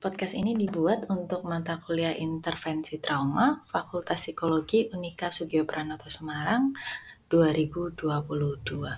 Podcast ini dibuat untuk mata kuliah Intervensi Trauma, Fakultas Psikologi Unika Sugio Pranoto Semarang 2022.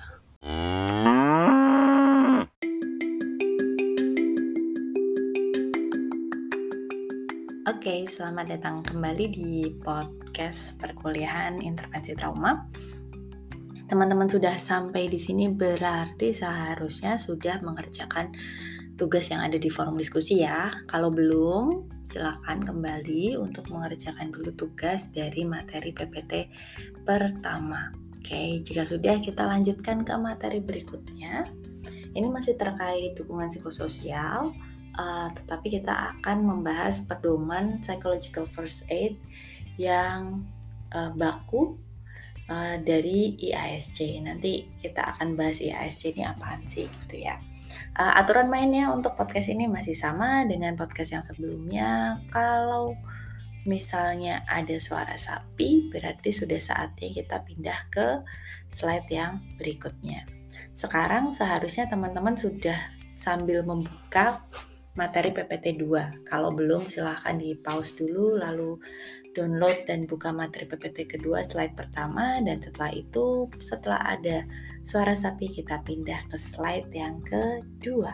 Oke, selamat datang kembali di podcast perkuliahan Intervensi Trauma. Teman-teman sudah sampai di sini berarti seharusnya sudah mengerjakan tugas yang ada di forum diskusi ya. Kalau belum, silakan kembali untuk mengerjakan dulu tugas dari materi PPT pertama. Oke, jika sudah kita lanjutkan ke materi berikutnya. Ini masih terkait dukungan psikososial, tetapi kita akan membahas pedoman psychological first aid yang baku dari IASC. Nanti kita akan bahas IASC ini apaan sih gitu ya. Aturan mainnya untuk podcast ini masih sama dengan podcast yang sebelumnya. Kalau misalnya ada suara sapi, berarti sudah saatnya kita pindah ke slide yang berikutnya. Sekarang seharusnya teman-teman sudah sambil membuka materi PPT 2. Kalau belum silahkan di pause dulu, lalu download dan buka materi PPT kedua slide pertama, dan setelah ada suara sapi kita pindah ke slide yang kedua.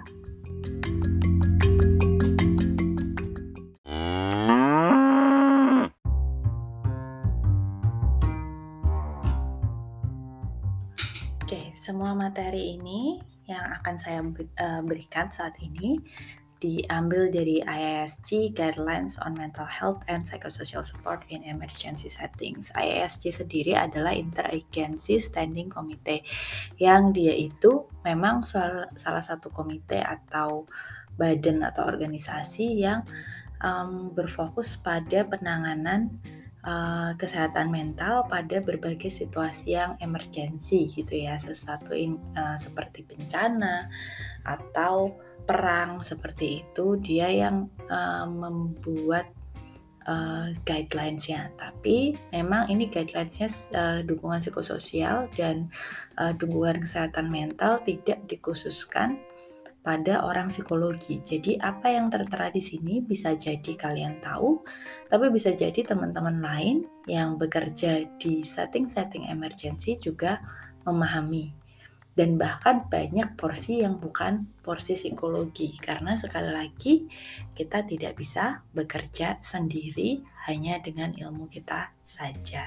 Oke, semua materi ini yang akan saya berikan saat ini diambil dari IASC Guidelines on Mental Health and Psychosocial Support in Emergency Settings. IASC sendiri adalah Interagency Standing Committee yang dia itu memang salah satu komite atau badan atau organisasi yang berfokus pada penanganan kesehatan mental pada berbagai situasi yang emergensi gitu ya, seperti bencana atau perang seperti itu, dia yang membuat guidelines-nya. Tapi memang ini guidelines-nya dukungan psikososial dan dukungan kesehatan mental tidak dikhususkan pada orang psikologi. Jadi apa yang tertera di sini bisa jadi kalian tahu, tapi bisa jadi teman-teman lain yang bekerja di setting-setting emergency juga memahami. Dan bahkan banyak porsi yang bukan porsi psikologi, karena sekali lagi kita tidak bisa bekerja sendiri hanya dengan ilmu kita saja.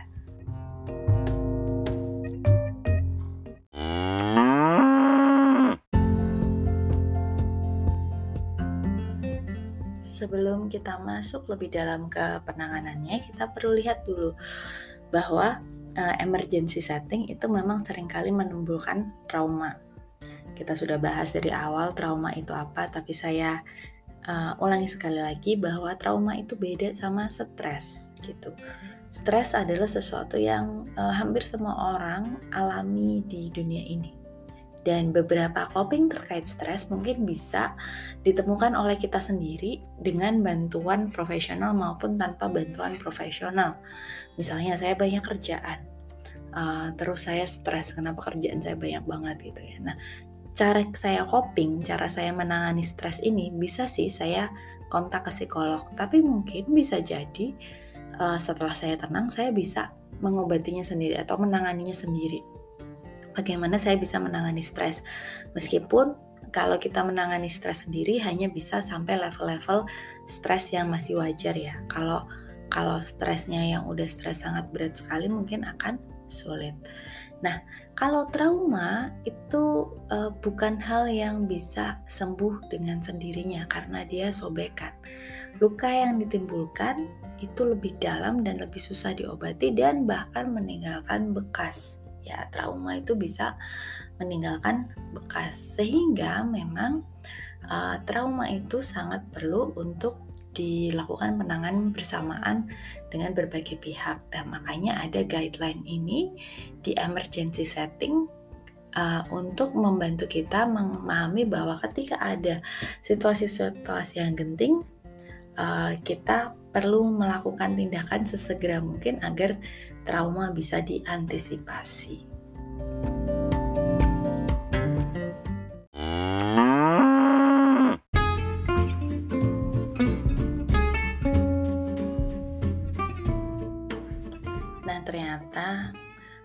Sebelum kita masuk lebih dalam ke penanganannya, kita perlu lihat dulu bahwa emergency setting itu memang seringkali menimbulkan trauma. Kita sudah bahas dari awal trauma itu apa, tapi saya ulangi sekali lagi bahwa trauma itu beda sama stres gitu. Stres adalah sesuatu yang hampir semua orang alami di dunia ini. Dan beberapa coping terkait stres mungkin bisa ditemukan oleh kita sendiri dengan bantuan profesional maupun tanpa bantuan profesional. Misalnya saya banyak kerjaan, terus saya stres karena pekerjaan saya banyak banget gitu ya. Nah, cara saya coping, cara saya menangani stres ini bisa sih saya kontak ke psikolog, tapi mungkin bisa jadi setelah saya tenang saya bisa mengobatinya sendiri atau menanganinya sendiri. Bagaimana saya bisa menangani stres? Meskipun kalau kita menangani stres sendiri hanya bisa sampai level-level stres yang masih wajar ya. Kalau stresnya yang udah stres sangat berat sekali mungkin akan sulit. Nah, kalau trauma itu bukan hal yang bisa sembuh dengan sendirinya karena dia sobekan. Luka yang ditimbulkan itu lebih dalam dan lebih susah diobati dan bahkan meninggalkan bekas. Ya, trauma itu bisa meninggalkan bekas, sehingga memang trauma itu sangat perlu untuk dilakukan penanganan bersamaan dengan berbagai pihak. Dan makanya ada guideline ini di emergency setting untuk membantu kita memahami bahwa ketika ada situasi-situasi yang genting, kita perlu melakukan tindakan sesegera mungkin agar trauma bisa diantisipasi.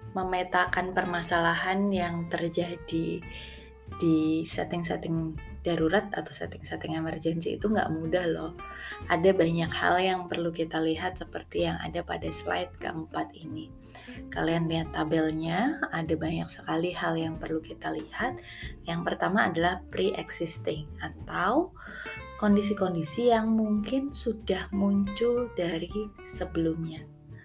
memetakan permasalahan yang terjadi di setting-setting darurat atau setting-setting emergency itu nggak mudah loh. Ada banyak hal yang perlu kita lihat seperti yang ada pada slide keempat ini. Kalian lihat tabelnya, ada banyak sekali hal yang perlu kita lihat. Yang pertama adalah pre-existing atau kondisi-kondisi yang mungkin sudah muncul dari sebelumnya.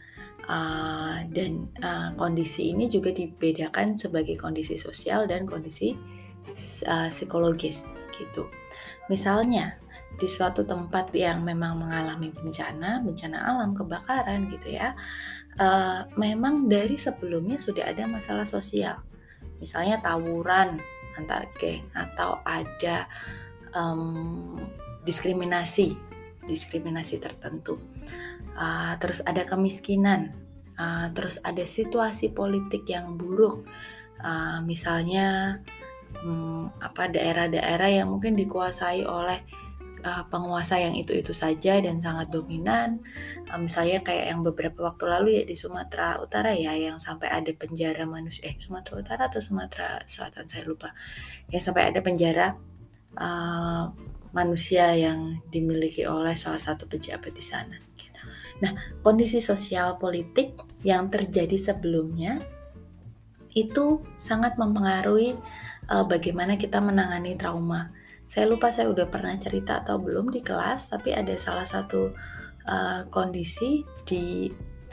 Dan kondisi ini juga dibedakan sebagai kondisi sosial dan kondisi psikologis gitu. Misalnya di suatu tempat yang memang mengalami bencana alam, kebakaran gitu ya, memang dari sebelumnya sudah ada masalah sosial, misalnya tawuran antar geng atau ada diskriminasi tertentu, terus ada kemiskinan, terus ada situasi politik yang buruk, misalnya daerah-daerah yang mungkin dikuasai oleh penguasa yang itu saja dan sangat dominan, misalnya kayak yang beberapa waktu lalu ya di Sumatera Utara ya, yang sampai ada penjara manusia, Sumatera Utara atau Sumatera Selatan saya lupa, ya sampai ada penjara manusia yang dimiliki oleh salah satu pejabat di sana. Gitu. Nah, kondisi sosial politik yang terjadi sebelumnya itu sangat mempengaruhi bagaimana kita menangani trauma. Saya lupa saya udah pernah cerita atau belum di kelas, tapi ada salah satu kondisi di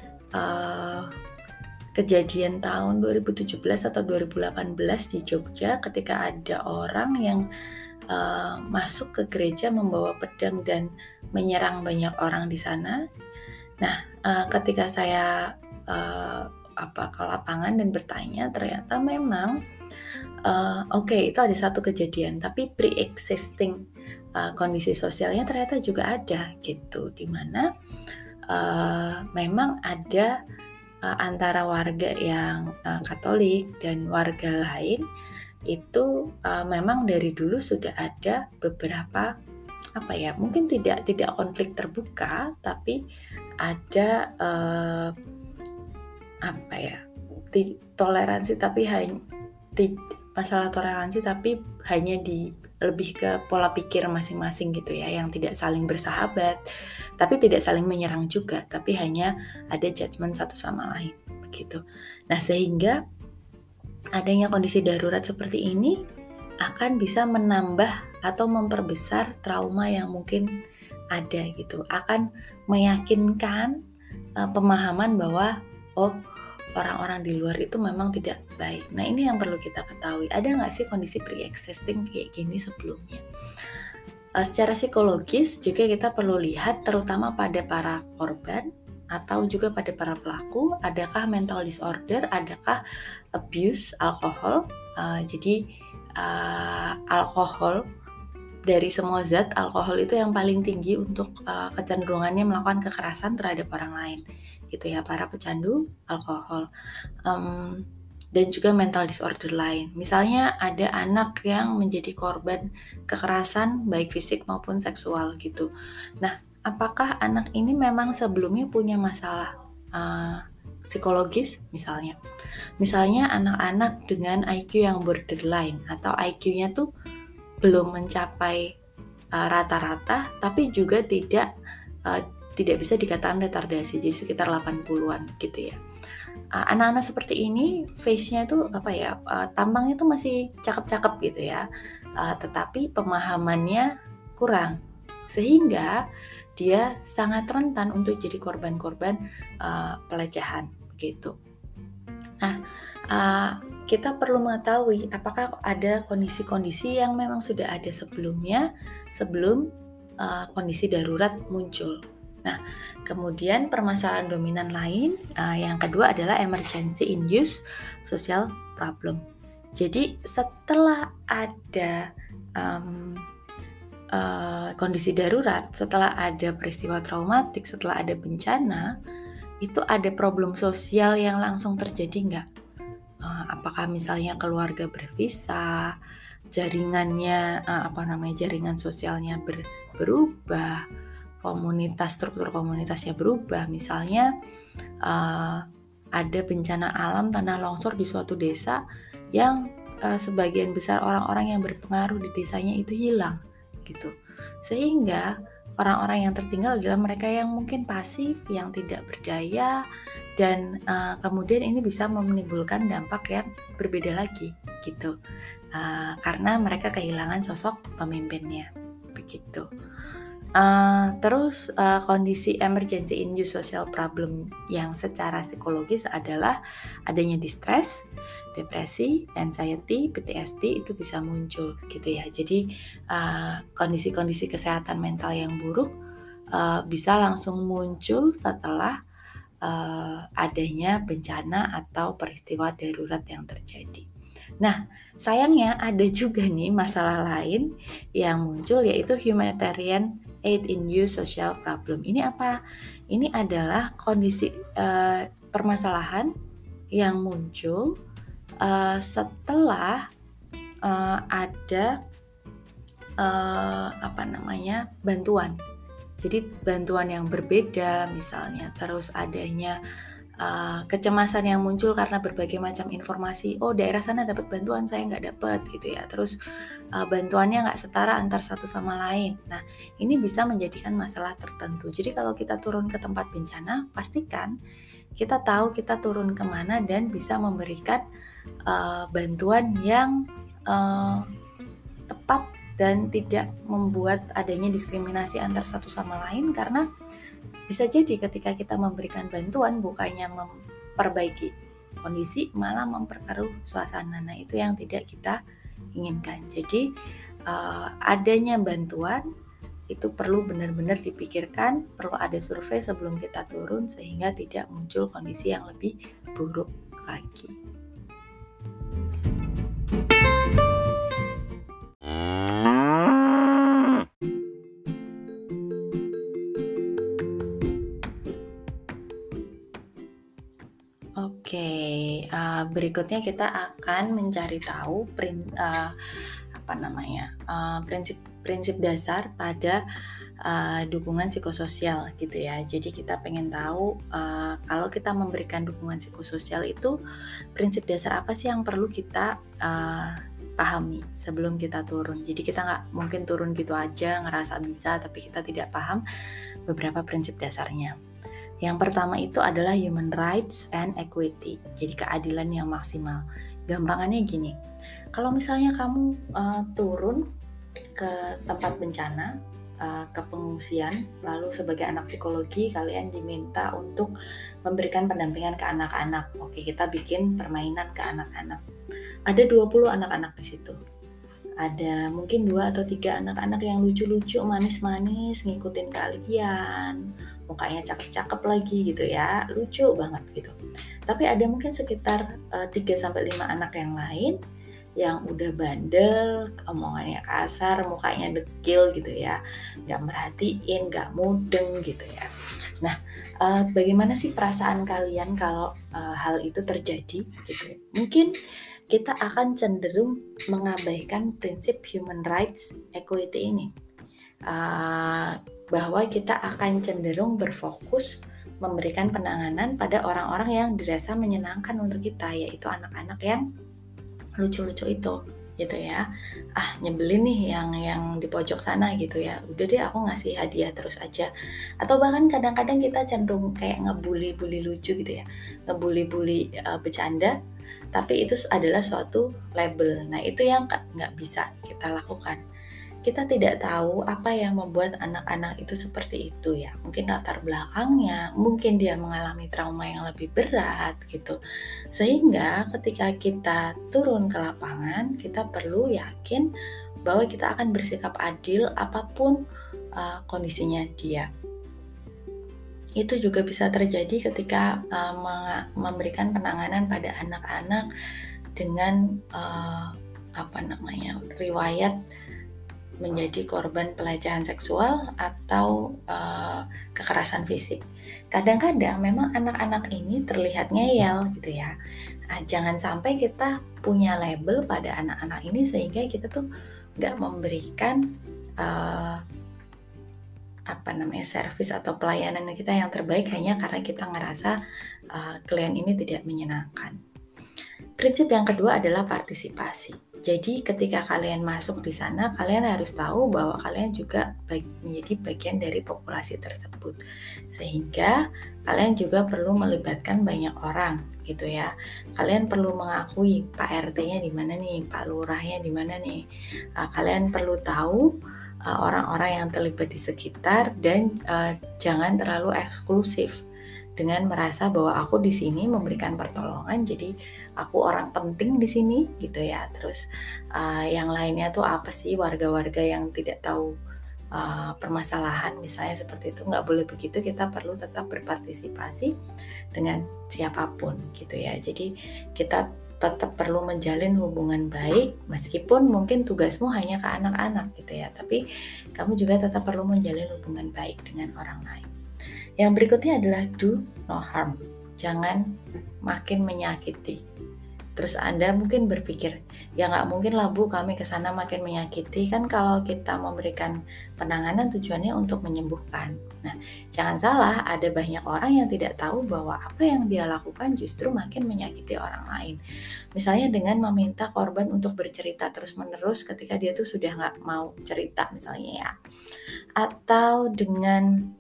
kejadian tahun 2017 atau 2018 di Jogja ketika ada orang yang masuk ke gereja membawa pedang dan menyerang banyak orang di sana. Nah, ketika saya ke lapangan dan bertanya, ternyata memang itu ada satu kejadian, tapi pre-existing kondisi sosialnya ternyata juga ada gitu, di mana memang ada antara warga yang Katolik dan warga lain itu memang dari dulu sudah ada beberapa mungkin tidak konflik terbuka, tapi ada toleransi, tapi masalah toleransi tapi hanya di lebih ke pola pikir masing-masing gitu ya, yang tidak saling bersahabat, tapi tidak saling menyerang juga, tapi hanya ada judgement satu sama lain begitu. Nah, sehingga adanya kondisi darurat seperti ini akan bisa menambah atau memperbesar trauma yang mungkin ada gitu, akan meyakinkan pemahaman bahwa orang-orang di luar itu memang tidak baik. Nah, ini yang perlu kita ketahui. Ada nggak sih kondisi pre-existing kayak gini sebelumnya? Secara psikologis juga kita perlu lihat terutama pada para korban atau juga pada para pelaku, adakah mental disorder, adakah abuse alkohol. Jadi alkohol, dari semua zat, alkohol itu yang paling tinggi untuk kecenderungannya melakukan kekerasan terhadap orang lain gitu ya, para pecandu alkohol. Dan juga mental disorder lain, misalnya ada anak yang menjadi korban kekerasan baik fisik maupun seksual gitu. Nah, apakah anak ini memang sebelumnya punya masalah psikologis misalnya anak-anak dengan IQ yang borderline atau IQ-nya tuh belum mencapai rata-rata, tapi juga tidak bisa dikatakan retardasi, jadi sekitar 80-an gitu ya. Anak-anak seperti ini face-nya itu tampangnya tuh masih cakep-cakep gitu ya, tetapi pemahamannya kurang, sehingga dia sangat rentan untuk jadi korban-korban pelecehan begitu. Nah, kita perlu mengetahui apakah ada kondisi-kondisi yang memang sudah ada sebelumnya, sebelum kondisi darurat muncul. Nah, kemudian permasalahan dominan lain yang kedua adalah emergency induced social problem. Jadi setelah ada kondisi darurat, setelah ada peristiwa traumatik, setelah ada bencana, itu ada problem sosial yang langsung terjadi nggak? Apakah misalnya keluarga berpisah, jaringannya jaringan sosialnya berubah, struktur komunitasnya berubah, misalnya ada bencana alam tanah longsor di suatu desa yang sebagian besar orang-orang yang berpengaruh di desanya itu hilang gitu. Sehingga orang-orang yang tertinggal adalah mereka yang mungkin pasif, yang tidak berdaya, dan kemudian ini bisa menimbulkan dampak yang berbeda lagi gitu. Karena mereka kehilangan sosok pemimpinnya begitu. Terus kondisi emergency induced social problem yang secara psikologis adalah adanya distress, depresi, anxiety, PTSD itu bisa muncul gitu ya. Jadi kondisi-kondisi kesehatan mental yang buruk bisa langsung muncul setelah adanya bencana atau peristiwa darurat yang terjadi. Nah, sayangnya ada juga nih masalah lain yang muncul, yaitu humanitarian aid induced social problem. Ini apa? Ini adalah kondisi permasalahan yang muncul setelah ada bantuan. Jadi bantuan yang berbeda misalnya, terus adanya kecemasan yang muncul karena berbagai macam informasi. Oh, daerah sana dapat bantuan, saya nggak dapat gitu ya. Terus bantuannya nggak setara antar satu sama lain. Nah, ini bisa menjadikan masalah tertentu. Jadi kalau kita turun ke tempat bencana, pastikan kita tahu kita turun kemana dan bisa memberikan bantuan yang tepat dan tidak membuat adanya diskriminasi antar satu sama lain, karena bisa jadi ketika kita memberikan bantuan bukannya memperbaiki kondisi, malah memperkeruh suasana. Nah, itu yang tidak kita inginkan. Jadi adanya bantuan itu perlu benar-benar dipikirkan, perlu ada survei sebelum kita turun sehingga tidak muncul kondisi yang lebih buruk lagi. Oke, berikutnya kita akan mencari tahu prinsip dasar pada dukungan psikososial gitu ya. Jadi kita pengen tahu kalau kita memberikan dukungan psikososial itu prinsip dasar apa sih yang perlu kita pahami sebelum kita turun. Jadi kita nggak mungkin turun gitu aja ngerasa bisa tapi kita tidak paham beberapa prinsip dasarnya. Yang pertama itu adalah human rights and equity, jadi keadilan yang maksimal. Gampangannya gini, kalau misalnya kamu turun ke tempat bencana, ke pengungsian, lalu sebagai anak psikologi kalian diminta untuk memberikan pendampingan ke anak-anak. Oke, kita bikin permainan ke anak-anak. Ada 20 anak-anak di situ. Ada mungkin 2 atau 3 anak-anak yang lucu-lucu, manis-manis, ngikutin kalian, mukanya cakep-cakep lagi gitu ya, lucu banget gitu. Tapi ada mungkin sekitar 3-5 anak yang lain yang udah bandel, omongannya kasar, mukanya dekil gitu ya, nggak merhatiin, nggak mudeng gitu ya. Nah, bagaimana sih perasaan kalian kalau hal itu terjadi gitu ya? Mungkin kita akan cenderung mengabaikan prinsip human rights equity ini, bahwa kita akan cenderung berfokus memberikan penanganan pada orang-orang yang dirasa menyenangkan untuk kita, yaitu anak-anak yang lucu-lucu itu gitu ya. Nyebelin nih yang di pojok sana gitu ya, udah deh aku ngasih hadiah terus aja. Atau bahkan kadang-kadang kita cenderung kayak ngebully-bully lucu gitu ya, ngebully-bully bercanda, tapi itu adalah suatu label. Nah, itu yang nggak bisa kita lakukan. Kita tidak tahu apa yang membuat anak-anak itu seperti itu ya. Mungkin latar belakangnya, mungkin dia mengalami trauma yang lebih berat gitu. Sehingga ketika kita turun ke lapangan, kita perlu yakin bahwa kita akan bersikap adil apapun kondisinya dia. Itu juga bisa terjadi ketika memberikan penanganan pada anak-anak dengan riwayat menjadi korban pelecehan seksual atau kekerasan fisik. Kadang-kadang memang anak-anak ini terlihat ngeyel gitu ya. Jangan sampai kita punya label pada anak-anak ini sehingga kita tuh nggak memberikan servis atau pelayanan kita yang terbaik hanya karena kita ngerasa klien ini tidak menyenangkan. Prinsip yang kedua adalah partisipasi. Jadi ketika kalian masuk di sana, kalian harus tahu bahwa kalian juga menjadi bagian dari populasi tersebut. Sehingga kalian juga perlu melibatkan banyak orang gitu ya. Kalian perlu mengakui Pak RT-nya di mana nih, Pak Lurahnya di mana nih. Kalian perlu tahu orang-orang yang terlibat di sekitar dan jangan terlalu eksklusif dengan merasa bahwa aku di sini memberikan pertolongan, jadi aku orang penting di sini gitu ya. Terus yang lainnya tuh apa sih, warga-warga yang tidak tahu permasalahan misalnya seperti itu. Nggak boleh begitu, kita perlu tetap berpartisipasi dengan siapapun gitu ya. Jadi kita tetap perlu menjalin hubungan baik meskipun mungkin tugasmu hanya ke anak-anak gitu ya, tapi kamu juga tetap perlu menjalin hubungan baik dengan orang lain. Yang berikutnya adalah do no harm, jangan makin menyakiti. Terus Anda mungkin berpikir, ya nggak mungkin lah Bu, kami ke sana makin menyakiti. Kan kalau kita memberikan penanganan tujuannya untuk menyembuhkan. Nah, jangan salah, ada banyak orang yang tidak tahu bahwa apa yang dia lakukan justru makin menyakiti orang lain. Misalnya dengan meminta korban untuk bercerita terus-menerus ketika dia tuh sudah nggak mau cerita misalnya ya. Atau dengan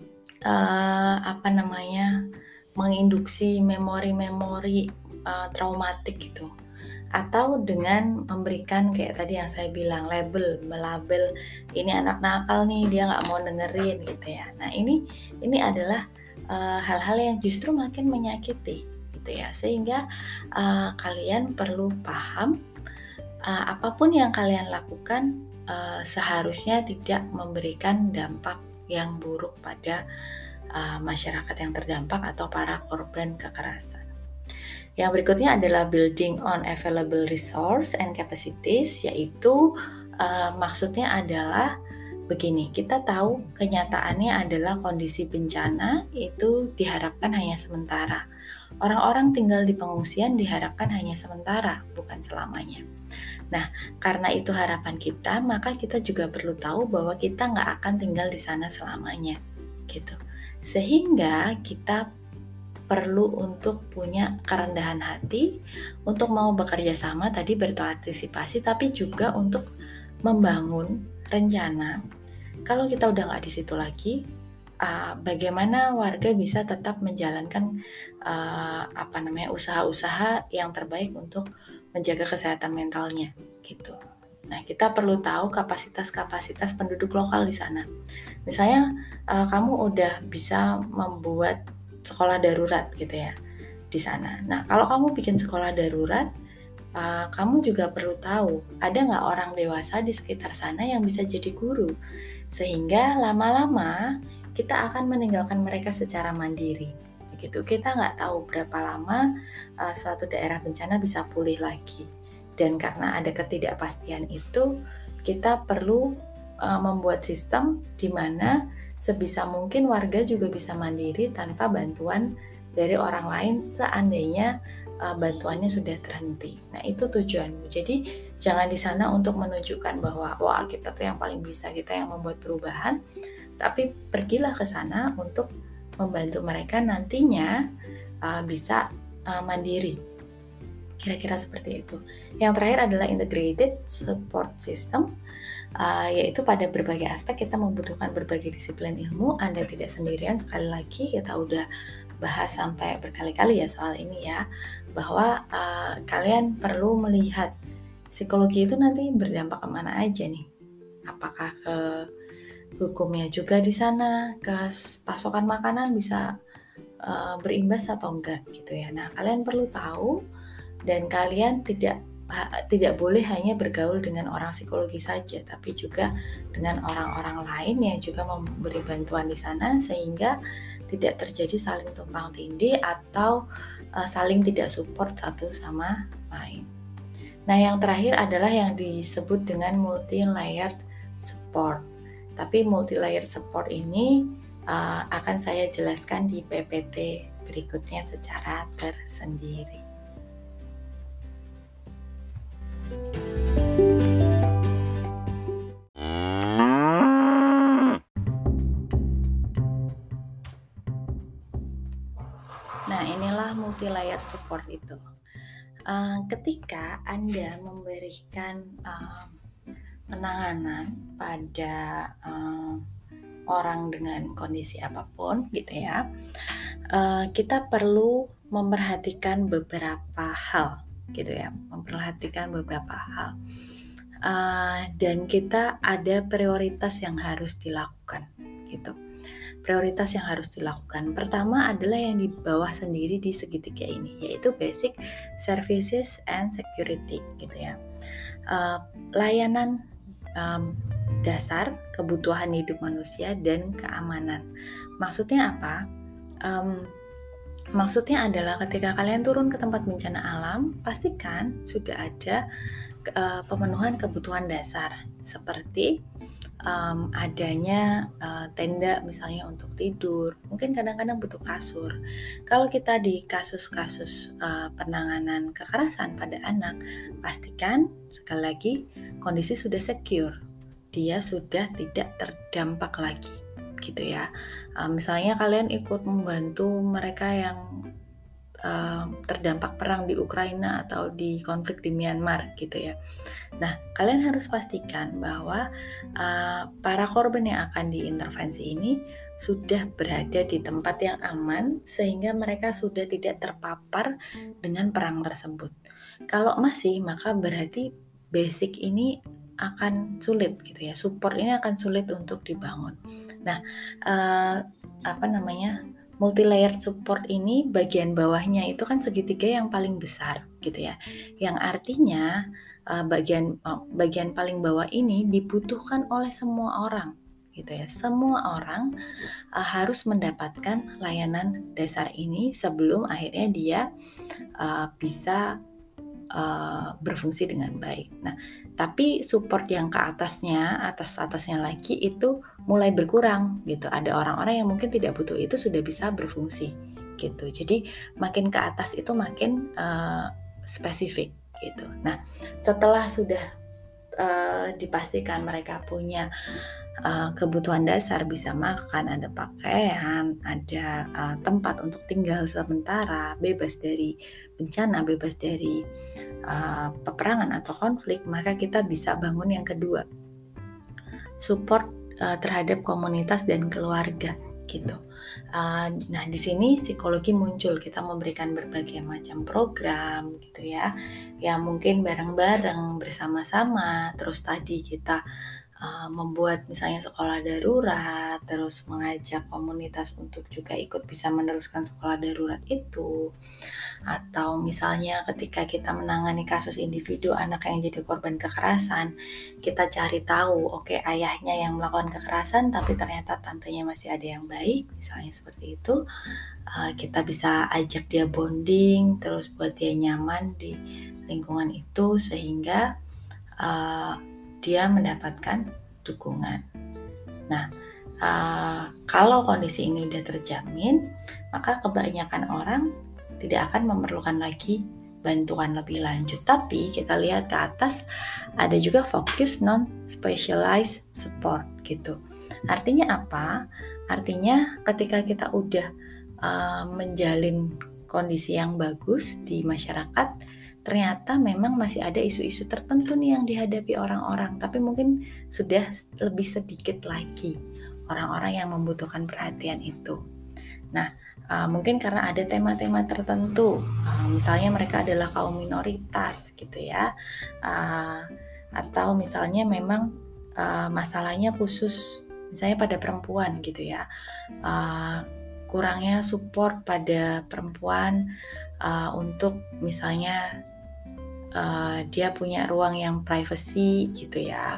menginduksi memori-memori traumatik gitu, atau dengan memberikan kayak tadi yang saya bilang melabel ini anak nakal nih, dia nggak mau dengerin gitu ya. Nah ini adalah hal-hal yang justru makin menyakiti gitu ya, sehingga kalian perlu paham apapun yang kalian lakukan seharusnya tidak memberikan dampak yang buruk pada masyarakat yang terdampak atau para korban kekerasan. Yang berikutnya adalah building on available resource and capacities, yaitu maksudnya adalah begini, kita tahu kenyataannya adalah kondisi bencana itu diharapkan hanya sementara. Orang-orang tinggal di pengungsian diharapkan hanya sementara, bukan selamanya. Nah, karena itu harapan kita, maka kita juga perlu tahu bahwa kita nggak akan tinggal di sana selamanya, gitu. Sehingga kita perlu untuk punya kerendahan hati, untuk mau bekerja sama tadi berpartisipasi, tapi juga untuk membangun rencana. Kalau kita udah nggak di situ lagi, bagaimana warga bisa tetap menjalankan usaha-usaha yang terbaik untuk menjaga kesehatan mentalnya gitu. Nah, kita perlu tahu kapasitas-kapasitas penduduk lokal di sana. Misalnya kamu udah bisa membuat sekolah darurat gitu ya di sana. Nah, kalau kamu bikin sekolah darurat, kamu juga perlu tahu ada nggak orang dewasa di sekitar sana yang bisa jadi guru, sehingga lama-lama kita akan meninggalkan mereka secara mandiri. Begitu, kita nggak tahu berapa lama suatu daerah bencana bisa pulih lagi. Dan karena ada ketidakpastian itu, kita perlu membuat sistem di mana sebisa mungkin warga juga bisa mandiri tanpa bantuan dari orang lain seandainya bantuannya sudah terhenti. Nah, itu tujuanmu. Jadi jangan di sana untuk menunjukkan bahwa wah kita tuh yang paling bisa, kita yang membuat perubahan, tapi pergilah ke sana untuk membantu mereka nantinya bisa mandiri. Kira-kira seperti itu. Yang terakhir adalah integrated support system, yaitu pada berbagai aspek kita membutuhkan berbagai disiplin ilmu. Anda tidak sendirian, sekali lagi kita udah bahas sampai berkali-kali ya soal ini ya, bahwa kalian perlu melihat psikologi itu nanti berdampak kemana aja nih. Apakah ke hukumnya juga di sana, ke pasokan makanan bisa berimbas atau enggak gitu ya. Nah, kalian perlu tahu dan kalian tidak boleh hanya bergaul dengan orang psikologi saja, tapi juga dengan orang-orang lain yang juga memberi bantuan di sana sehingga tidak terjadi saling tumpang tindih atau saling tidak support satu sama lain. Nah, yang terakhir adalah yang disebut dengan multi-layered support. Tapi multi-layered support ini akan saya jelaskan di PPT berikutnya secara tersendiri. Nah, multi-layer support itu? Ketika Anda memberikan, penanganan pada, orang dengan kondisi apapun gitu ya, kita perlu memperhatikan beberapa hal gitu ya, memperhatikan beberapa hal. Dan kita ada prioritas yang harus dilakukan gitu. Prioritas yang harus dilakukan. Pertama adalah yang di bawah sendiri di segitiga ini, yaitu basic services and security gitu ya. Layanan dasar kebutuhan hidup manusia dan keamanan. Maksudnya apa? Maksudnya adalah ketika kalian turun ke tempat bencana alam, pastikan sudah ada pemenuhan kebutuhan dasar seperti adanya tenda misalnya untuk tidur, mungkin kadang-kadang butuh kasur. Kalau kita di kasus-kasus penanganan kekerasan pada anak, pastikan sekali lagi kondisi sudah secure, dia sudah tidak terdampak lagi gitu ya. Misalnya kalian ikut membantu mereka yang terdampak perang di Ukraina atau di konflik di Myanmar gitu ya. Nah, kalian harus pastikan bahwa para korban yang akan diintervensi ini sudah berada di tempat yang aman sehingga mereka sudah tidak terpapar dengan perang tersebut. Kalau masih, maka berarti basic ini akan sulit gitu ya. Support ini akan sulit untuk dibangun. Nah, multi-layer support ini bagian bawahnya itu kan segitiga yang paling besar gitu ya. Yang artinya bagian paling bawah ini dibutuhkan oleh semua orang gitu ya. Semua orang harus mendapatkan layanan dasar ini sebelum akhirnya dia bisa berfungsi dengan baik. Nah, tapi support yang ke atasnya lagi itu mulai berkurang gitu. Ada orang-orang yang mungkin tidak butuh itu sudah bisa berfungsi gitu. Jadi makin ke atas itu makin spesifik gitu. Nah, setelah sudah dipastikan mereka punya kebutuhan dasar, bisa makan, ada pakaian, ada tempat untuk tinggal sementara, bebas dari bencana, bebas dari peperangan atau konflik, maka kita bisa bangun yang kedua, support terhadap komunitas dan keluarga gitu. Nah, di sini psikologi muncul, kita memberikan berbagai macam program gitu ya, yang mungkin bareng-bareng bersama-sama. Terus tadi kita membuat misalnya sekolah darurat, terus mengajak komunitas untuk juga ikut bisa meneruskan sekolah darurat itu. Atau misalnya ketika kita menangani kasus individu anak yang jadi korban kekerasan, kita cari tahu, oke, ayahnya yang melakukan kekerasan tapi ternyata tantenya masih ada yang baik, misalnya seperti itu. Kita bisa ajak dia bonding, terus buat dia nyaman di lingkungan itu sehingga dia mendapatkan dukungan. Nah, kalau kondisi ini udah terjamin, maka kebanyakan orang tidak akan memerlukan lagi bantuan lebih lanjut. Tapi kita lihat ke atas, ada juga focus non-specialized support gitu. Artinya apa? Artinya ketika kita udah menjalin kondisi yang bagus di masyarakat, ternyata memang masih ada isu-isu tertentu nih yang dihadapi orang-orang, tapi mungkin sudah lebih sedikit lagi orang-orang yang membutuhkan perhatian itu. Nah, mungkin karena ada tema-tema tertentu, misalnya mereka adalah kaum minoritas gitu ya, atau misalnya memang masalahnya khusus misalnya pada perempuan gitu ya, kurangnya support pada perempuan untuk misalnya dia punya ruang yang privacy gitu ya,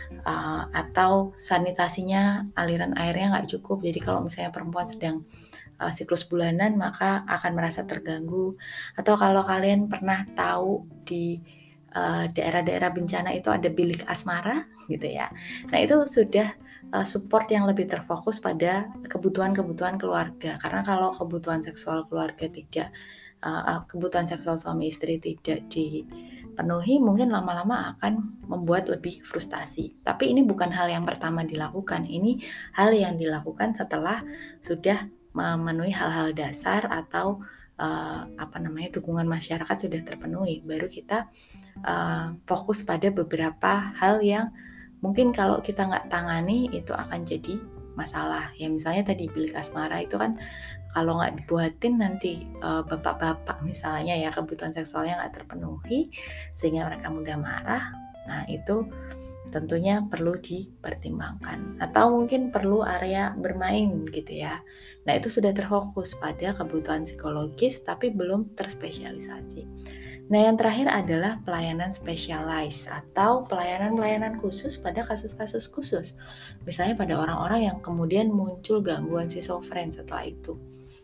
atau sanitasinya aliran airnya nggak cukup, jadi kalau misalnya perempuan sedang siklus bulanan maka akan merasa terganggu. Atau kalau kalian pernah tahu di daerah-daerah bencana itu ada bilik asmara gitu ya, nah itu sudah support yang lebih terfokus pada kebutuhan-kebutuhan keluarga, karena kalau kebutuhan seksual keluarga tidak kebutuhan seksual suami istri tidak dipenuhi, mungkin lama-lama akan membuat lebih frustasi. Tapi ini bukan hal yang pertama dilakukan, ini hal yang dilakukan setelah sudah memenuhi hal-hal dasar atau dukungan masyarakat sudah terpenuhi, baru kita fokus pada beberapa hal yang mungkin kalau kita nggak tangani itu akan jadi masalah. Ya misalnya tadi bilik asmara itu kan kalau nggak dibuatin nanti bapak-bapak misalnya ya kebutuhan seksualnya nggak terpenuhi sehingga mereka mudah marah. Nah itu tentunya perlu dipertimbangkan, atau mungkin perlu area bermain gitu ya. Nah itu sudah terfokus pada kebutuhan psikologis tapi belum terspesialisasi. Nah yang terakhir adalah pelayanan spesialis atau pelayanan-pelayanan khusus pada kasus-kasus khusus. Misalnya pada orang-orang yang kemudian muncul gangguan schizofren setelah itu,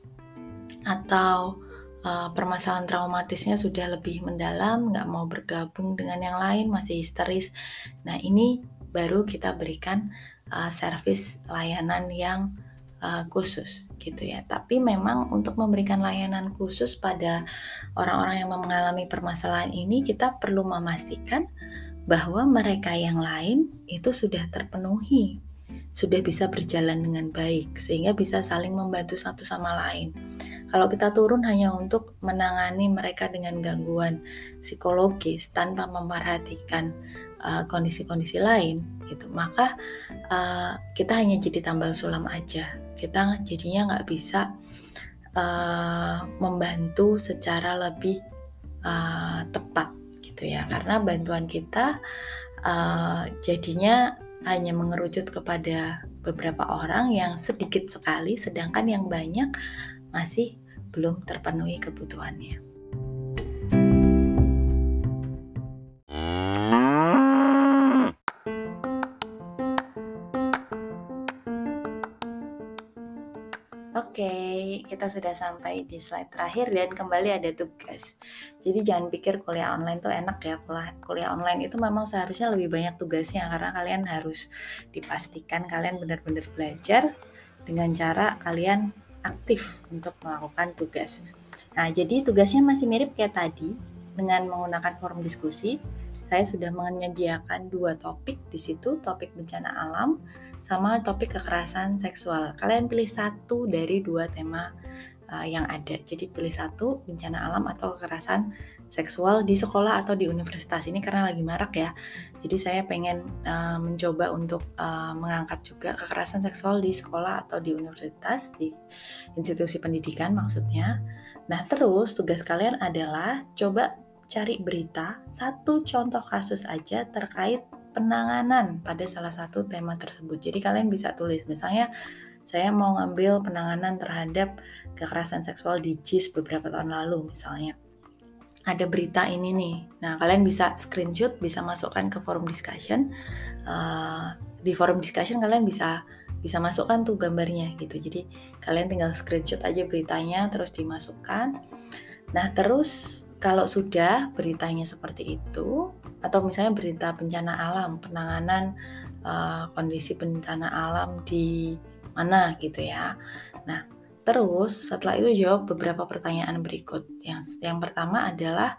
atau permasalahan traumatisnya sudah lebih mendalam, nggak mau bergabung dengan yang lain, masih histeris. Nah ini baru kita berikan servis layanan yang khusus gitu ya. Tapi memang untuk memberikan layanan khusus pada orang-orang yang mengalami permasalahan ini, kita perlu memastikan bahwa mereka yang lain itu sudah terpenuhi, sudah bisa berjalan dengan baik, sehingga bisa saling membantu satu sama lain. Kalau kita turun hanya untuk menangani mereka dengan gangguan psikologis tanpa memperhatikan kondisi-kondisi lain, gitu, maka kita hanya jadi tambal sulam aja. Kita jadinya nggak bisa membantu secara lebih tepat, gitu ya. Karena bantuan kita jadinya hanya mengerucut kepada beberapa orang yang sedikit sekali, sedangkan yang banyak masih belum terpenuhi kebutuhannya. Oke, kita sudah sampai di slide terakhir dan kembali ada tugas. Jadi jangan pikir kuliah online tuh enak ya. Kuliah online itu memang seharusnya lebih banyak tugasnya karena kalian harus dipastikan kalian benar-benar belajar dengan cara kalian aktif untuk melakukan tugas. Nah, jadi tugasnya masih mirip kayak tadi dengan menggunakan forum diskusi. Saya sudah menyediakan 2 topik di situ, topik bencana alam sama topik kekerasan seksual. Kalian pilih satu dari 2 tema yang ada. Jadi pilih satu, bencana alam atau kekerasan seksual di sekolah atau di universitas ini karena lagi marak ya. Jadi saya pengen mencoba untuk mengangkat juga kekerasan seksual di sekolah atau di universitas, di institusi pendidikan maksudnya. Nah terus tugas kalian adalah coba cari berita, satu contoh kasus aja terkait penanganan pada salah satu tema tersebut. Jadi kalian bisa tulis, misalnya saya mau ngambil penanganan terhadap kekerasan seksual di JIS beberapa tahun lalu misalnya. Ada berita ini nih. Nah, kalian bisa screenshot, bisa masukkan ke forum discussion. Di forum discussion kalian bisa masukkan tuh gambarnya gitu. Jadi kalian tinggal screenshot aja beritanya terus dimasukkan. Nah, terus kalau sudah beritanya seperti itu, atau misalnya berita bencana alam, penanganan kondisi bencana alam di mana gitu ya. Nah, terus setelah itu jawab beberapa pertanyaan berikut. Yang pertama adalah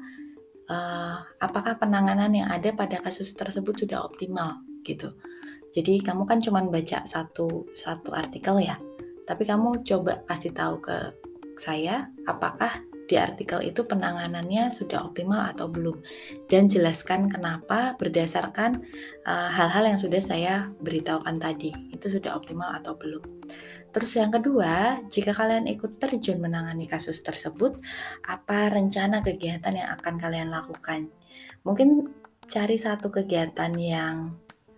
apakah penanganan yang ada pada kasus tersebut sudah optimal gitu. Jadi kamu kan cuma baca satu artikel ya, tapi kamu coba kasih tahu ke saya apakah di artikel itu penanganannya sudah optimal atau belum, dan jelaskan kenapa berdasarkan hal-hal yang sudah saya beritahukan tadi itu sudah optimal atau belum. Terus yang kedua, jika kalian ikut terjun menangani kasus tersebut, apa rencana kegiatan yang akan kalian lakukan? Mungkin cari satu kegiatan yang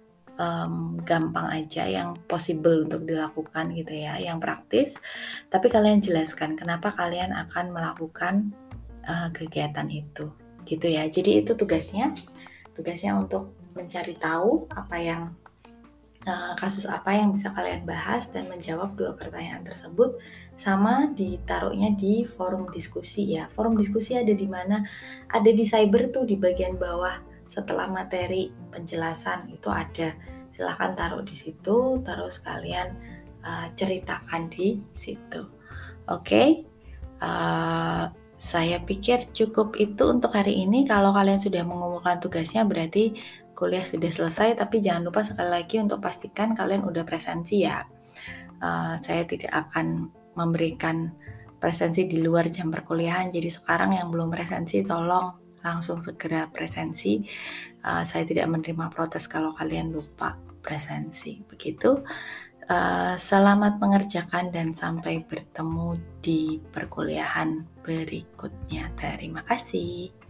gampang aja, yang possible untuk dilakukan gitu ya, yang praktis, tapi kalian jelaskan kenapa kalian akan melakukan kegiatan itu, gitu ya. Jadi itu tugasnya untuk mencari tahu apa yang kasus apa yang bisa kalian bahas dan menjawab 2 pertanyaan tersebut, sama ditaruhnya di forum diskusi ya. Forum diskusi ada di mana? Ada di cyber tuh di bagian bawah setelah materi penjelasan itu ada. Silahkan taruh di situ, terus kalian ceritakan di situ. Oke? Saya pikir cukup itu untuk hari ini. Kalau kalian sudah mengumpulkan tugasnya berarti kuliah sudah selesai, tapi jangan lupa sekali lagi untuk pastikan kalian udah presensi ya. Saya tidak akan memberikan presensi di luar jam perkuliahan. Jadi sekarang yang belum presensi tolong langsung segera presensi. Saya tidak menerima protes kalau kalian lupa presensi. Begitu. Selamat mengerjakan dan sampai bertemu di perkuliahan berikutnya. Terima kasih.